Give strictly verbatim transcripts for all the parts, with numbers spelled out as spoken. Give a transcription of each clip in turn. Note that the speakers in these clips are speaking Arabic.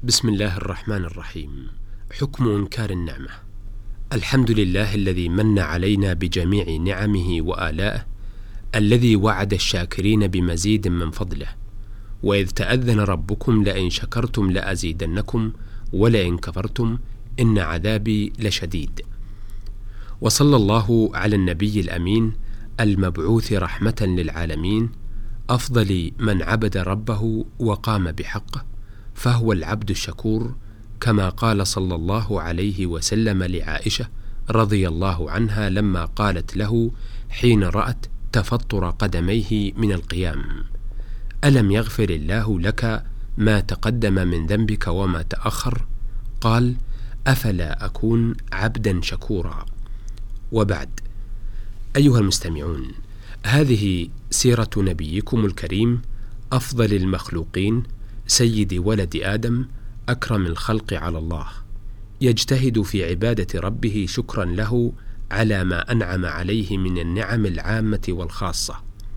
بسم الله الرحمن الرحيم. حكم إنكار النعمة. الحمد لله الذي من علينا بجميع نعمه وآلائه، الذي وعد الشاكرين بمزيد من فضله، وإذ تأذن ربكم لئن شكرتم لأزيدنكم ولئن كفرتم إن عذابي لشديد. وصلى الله على النبي الأمين المبعوث رحمة للعالمين، أفضل من عبد ربه وقام بحقه، فهو العبد الشكور، كما قال صلى الله عليه وسلم لعائشة رضي الله عنها لما قالت له حين رأت تفطر قدميه من القيام: ألم يغفر الله لك ما تقدم من ذنبك وما تأخر؟ قال: أفلا أكون عبدا شكورا. وبعد، أيها المستمعون، هذه سيرة نبيكم الكريم، أفضل المخلوقين، سيد ولد آدم، أكرم الخلق على الله، يجتهد في عبادة ربه شكرا له على ما أنعم عليه من النعم العامة والخاصة.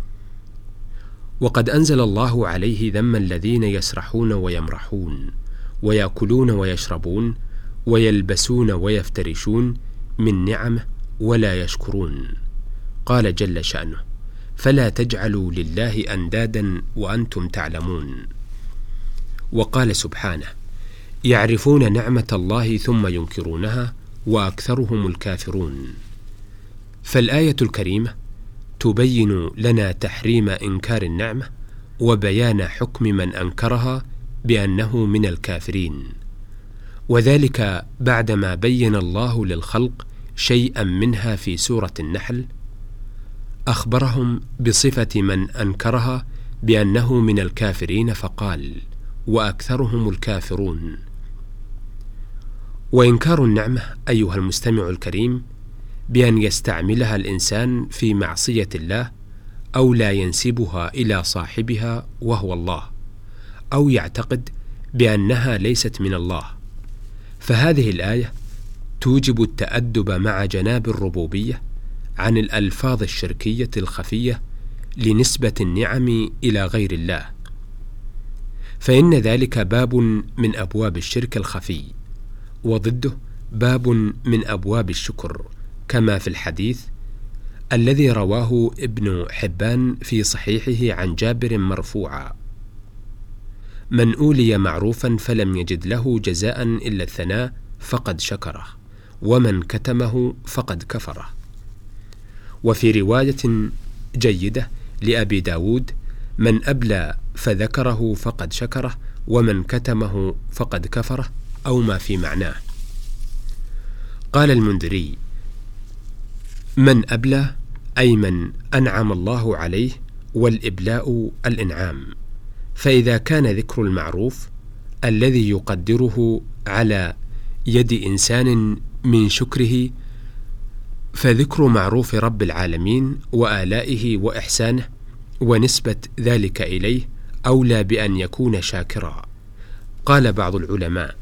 وقد أنزل الله عليه ذم الذين يسرحون ويمرحون ويأكلون ويشربون ويلبسون ويفترشون من نعمه ولا يشكرون. قال جل شأنه: فلا تجعلوا لله أندادا وأنتم تعلمون. وقال سبحانه: يعرفون نعمة الله ثم ينكرونها وأكثرهم الكافرون. فالآية الكريمة تبين لنا تحريم إنكار النعمة وبيان حكم من أنكرها بأنه من الكافرين، وذلك بعدما بين الله للخلق شيئا منها في سورة النحل، أخبرهم بصفة من أنكرها بأنه من الكافرين فقال: وأكثرهم الكافرون. وإنكار النعمة أيها المستمع الكريم بأن يستعملها الإنسان في معصية الله، أو لا ينسبها إلى صاحبها وهو الله، أو يعتقد بأنها ليست من الله. فهذه الآية توجب التأدب مع جناب الربوبية عن الألفاظ الشركية الخفية لنسبة النعم إلى غير الله، فإن ذلك باب من أبواب الشرك الخفي، وضده باب من أبواب الشكر، كما في الحديث الذي رواه ابن حبان في صحيحه عن جابر مرفوعا: من أولي معروفا فلم يجد له جزاء إلا الثناء فقد شكره، ومن كتمه فقد كفره. وفي رواية جيدة لأبي داود: من أبلى فذكره فقد شكره، ومن كتمه فقد كفره، أو ما في معناه. قال المنذري: من أبلى أي من أنعم الله عليه، والإبلاء الإنعام. فإذا كان ذكر المعروف الذي يقدره على يد إنسان من شكره، فذكر معروف رب العالمين وآلائه وإحسانه ونسبة ذلك إليه أولى بأن يكون شاكرا. قال بعض العلماء: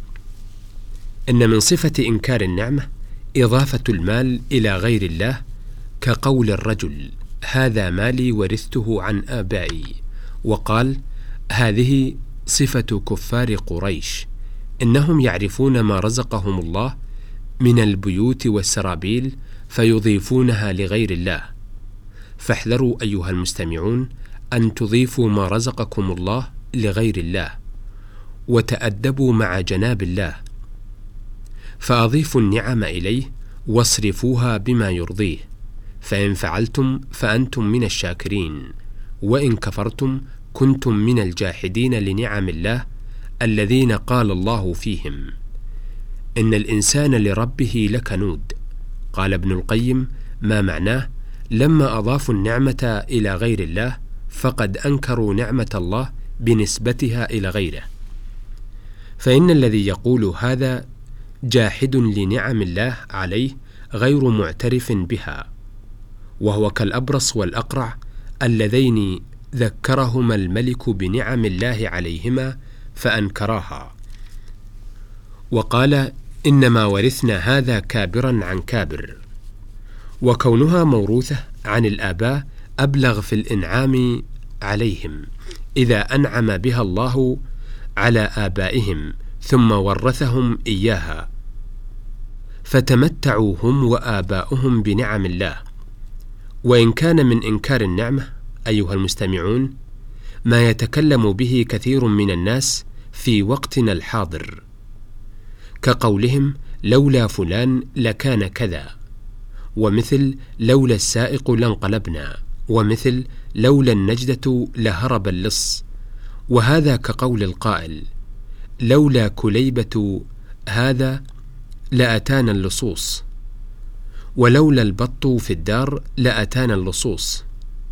إن من صفة إنكار النعمة إضافة المال إلى غير الله، كقول الرجل: هذا مالي ورثته عن آبائي. وقال: هذه صفة كفار قريش، إنهم يعرفون ما رزقهم الله من البيوت والسرابيل فيضيفونها لغير الله. فاحذروا أيها المستمعون أن تضيفوا ما رزقكم الله لغير الله، وتأدبوا مع جناب الله، فأضيفوا النعم إليه واصرفوها بما يرضيه، فإن فعلتم فأنتم من الشاكرين، وإن كفرتم كنتم من الجاحدين لنعم الله الذين قال الله فيهم: إن الإنسان لربه لكنود. قال ابن القيم: ما معناه؟ لما أضافوا النعمة إلى غير الله فقد أنكروا نعمة الله بنسبتها إلى غيره. فإن الذي يقول هذا جاحد لنعم الله عليه غير معترف بها، وهو كالأبرص والأقرع اللذين ذكرهما الملك بنعم الله عليهما فأنكراها، وقال: إنما ورثنا هذا كابرا عن كابر. وكونها موروثة عن الآباء أبلغ في الإنعام عليهم، إذا أنعم بها الله على آبائهم ثم ورثهم إياها، فتمتعوا هم وآباؤهم بنعم الله. وإن كان من إنكار النعمة أيها المستمعون ما يتكلم به كثير من الناس في وقتنا الحاضر، كقولهم لولا فلان لكان كذا، ومثل لولا السائق لانقلبنا، ومثل لولا النجدة لهرب اللص. وهذا كقول القائل لولا كليبة هذا لأتانا اللصوص، ولولا البط في الدار لأتانا اللصوص.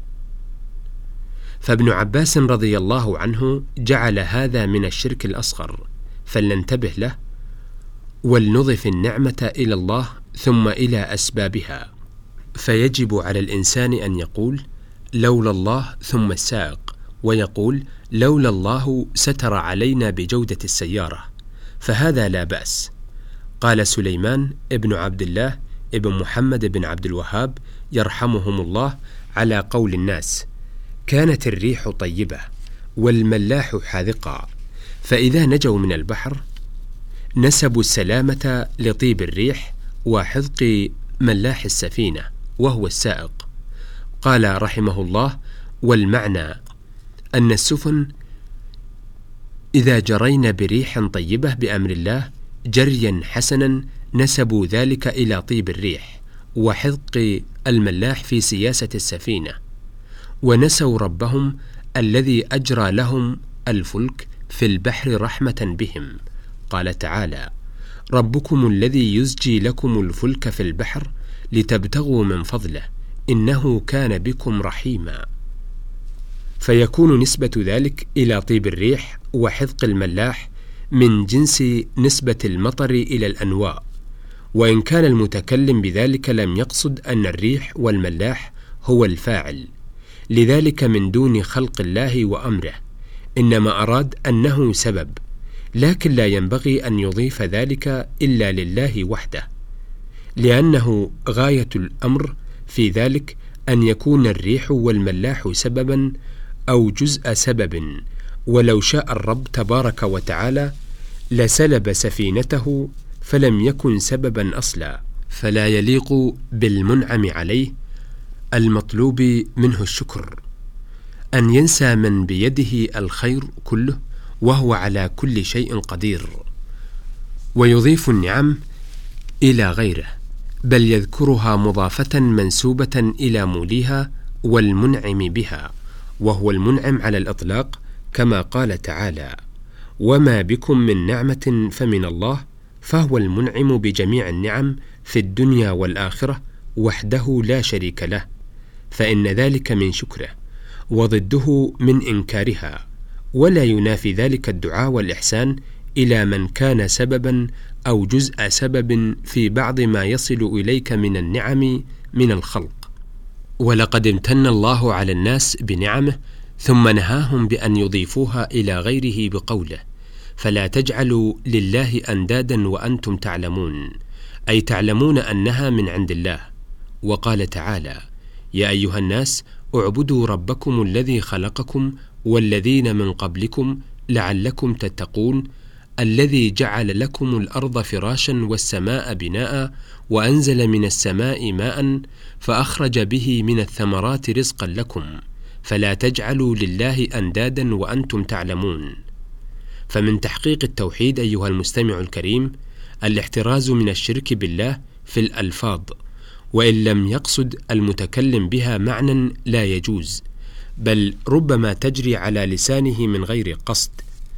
فابن عباس رضي الله عنه جعل هذا من الشرك الأصغر، فلننتبه له ولنضف النعمة إلى الله ثم إلى أسبابها. فيجب على الإنسان أن يقول لولا الله ثم السائق، ويقول لولا الله ستر علينا بجودة السيارة، فهذا لا بأس. قال سليمان ابن عبد الله ابن محمد بن عبد الوهاب يرحمهم الله على قول الناس: كانت الريح طيبة والملاح حاذقا، فإذا نجوا من البحر نسبوا السلامة لطيب الريح وحذق ملاح السفينة وهو السائق. قال رحمه الله: والمعنى أن السفن إذا جرين بريح طيبة بأمر الله جريا حسنا نسبوا ذلك إلى طيب الريح وحذق الملاح في سياسة السفينة، ونسوا ربهم الذي أجرى لهم الفلك في البحر رحمة بهم. قال تعالى: ربكم الذي يزجي لكم الفلك في البحر لتبتغوا من فضله إنه كان بكم رحيما. فيكون نسبة ذلك إلى طيب الريح وحذق الملاح من جنس نسبة المطر إلى الأنواء، وإن كان المتكلم بذلك لم يقصد أن الريح والملاح هو الفاعل لذلك من دون خلق الله وأمره، إنما أراد أنه سبب، لكن لا ينبغي أن يضيف ذلك إلا لله وحده، لأنه غاية الأمر في ذلك أن يكون الريح والملاح سببا أو جزء سبب، ولو شاء الرب تبارك وتعالى لسلب سفينته فلم يكن سببا أصلا، فلا يليق بالمنعم عليه المطلوب منه الشكر أن ينسى من بيده الخير كله وهو على كل شيء قدير، ويضيف النعم إلى غيره، بل يذكرها مضافة منسوبة إلى موليها والمنعم بها، وهو المنعم على الإطلاق، كما قال تعالى: وما بكم من نعمة فمن الله، فهو المنعم بجميع النعم في الدنيا والآخرة وحده لا شريك له، فإن ذلك من شكره وضده من إنكارها، ولا ينافي ذلك الدعاء والإحسان إلى من كان سببا أو جزء سبب في بعض ما يصل إليك من النعم من الخلق. ولقد امتن الله على الناس بنعمه ثم نهاهم بأن يضيفوها إلى غيره بقوله: فلا تجعلوا لله أندادا وأنتم تعلمون، أي تعلمون أنها من عند الله. وقال تعالى: يا أيها الناس اعبدوا ربكم الذي خلقكم والذين من قبلكم لعلكم تتقون، الذي جعل لكم الأرض فراشا والسماء بناء وأنزل من السماء ماء فأخرج به من الثمرات رزقا لكم، فلا تجعلوا لله أندادا وأنتم تعلمون. فمن تحقيق التوحيد أيها المستمع الكريم الاحتراز من الشرك بالله في الألفاظ، وإن لم يقصد المتكلم بها معنى لا يجوز، بل ربما تجري على لسانه من غير قصد،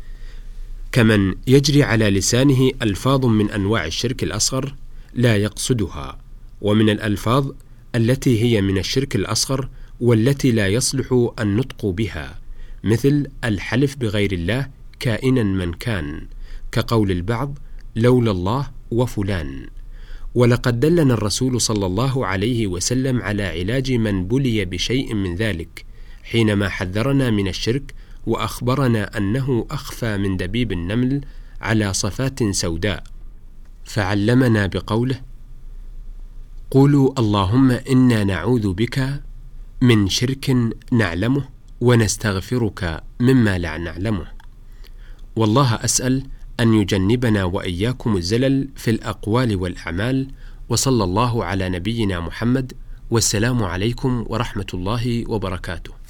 كمن يجري على لسانه ألفاظ من أنواع الشرك الأصغر لا يقصدها، ومن الألفاظ التي هي من الشرك الأصغر والتي لا يصلح النطق بها، مثل الحلف بغير الله كائنا من كان، كقول البعض لولا الله وفلان. ولقد دلنا الرسول صلى الله عليه وسلم على علاج من بلي بشيء من ذلك حينما حذرنا من الشرك وأخبرنا أنه أخفى من دبيب النمل على صفات سوداء، فعلمنا بقوله: قولوا اللهم إنا نعوذ بك من شرك نعلمه ونستغفرك مما لا نعلمه. والله أسأل أن يجنبنا وإياكم الزلل في الأقوال والأعمال، وصلى الله على نبينا محمد، والسلام عليكم ورحمة الله وبركاته.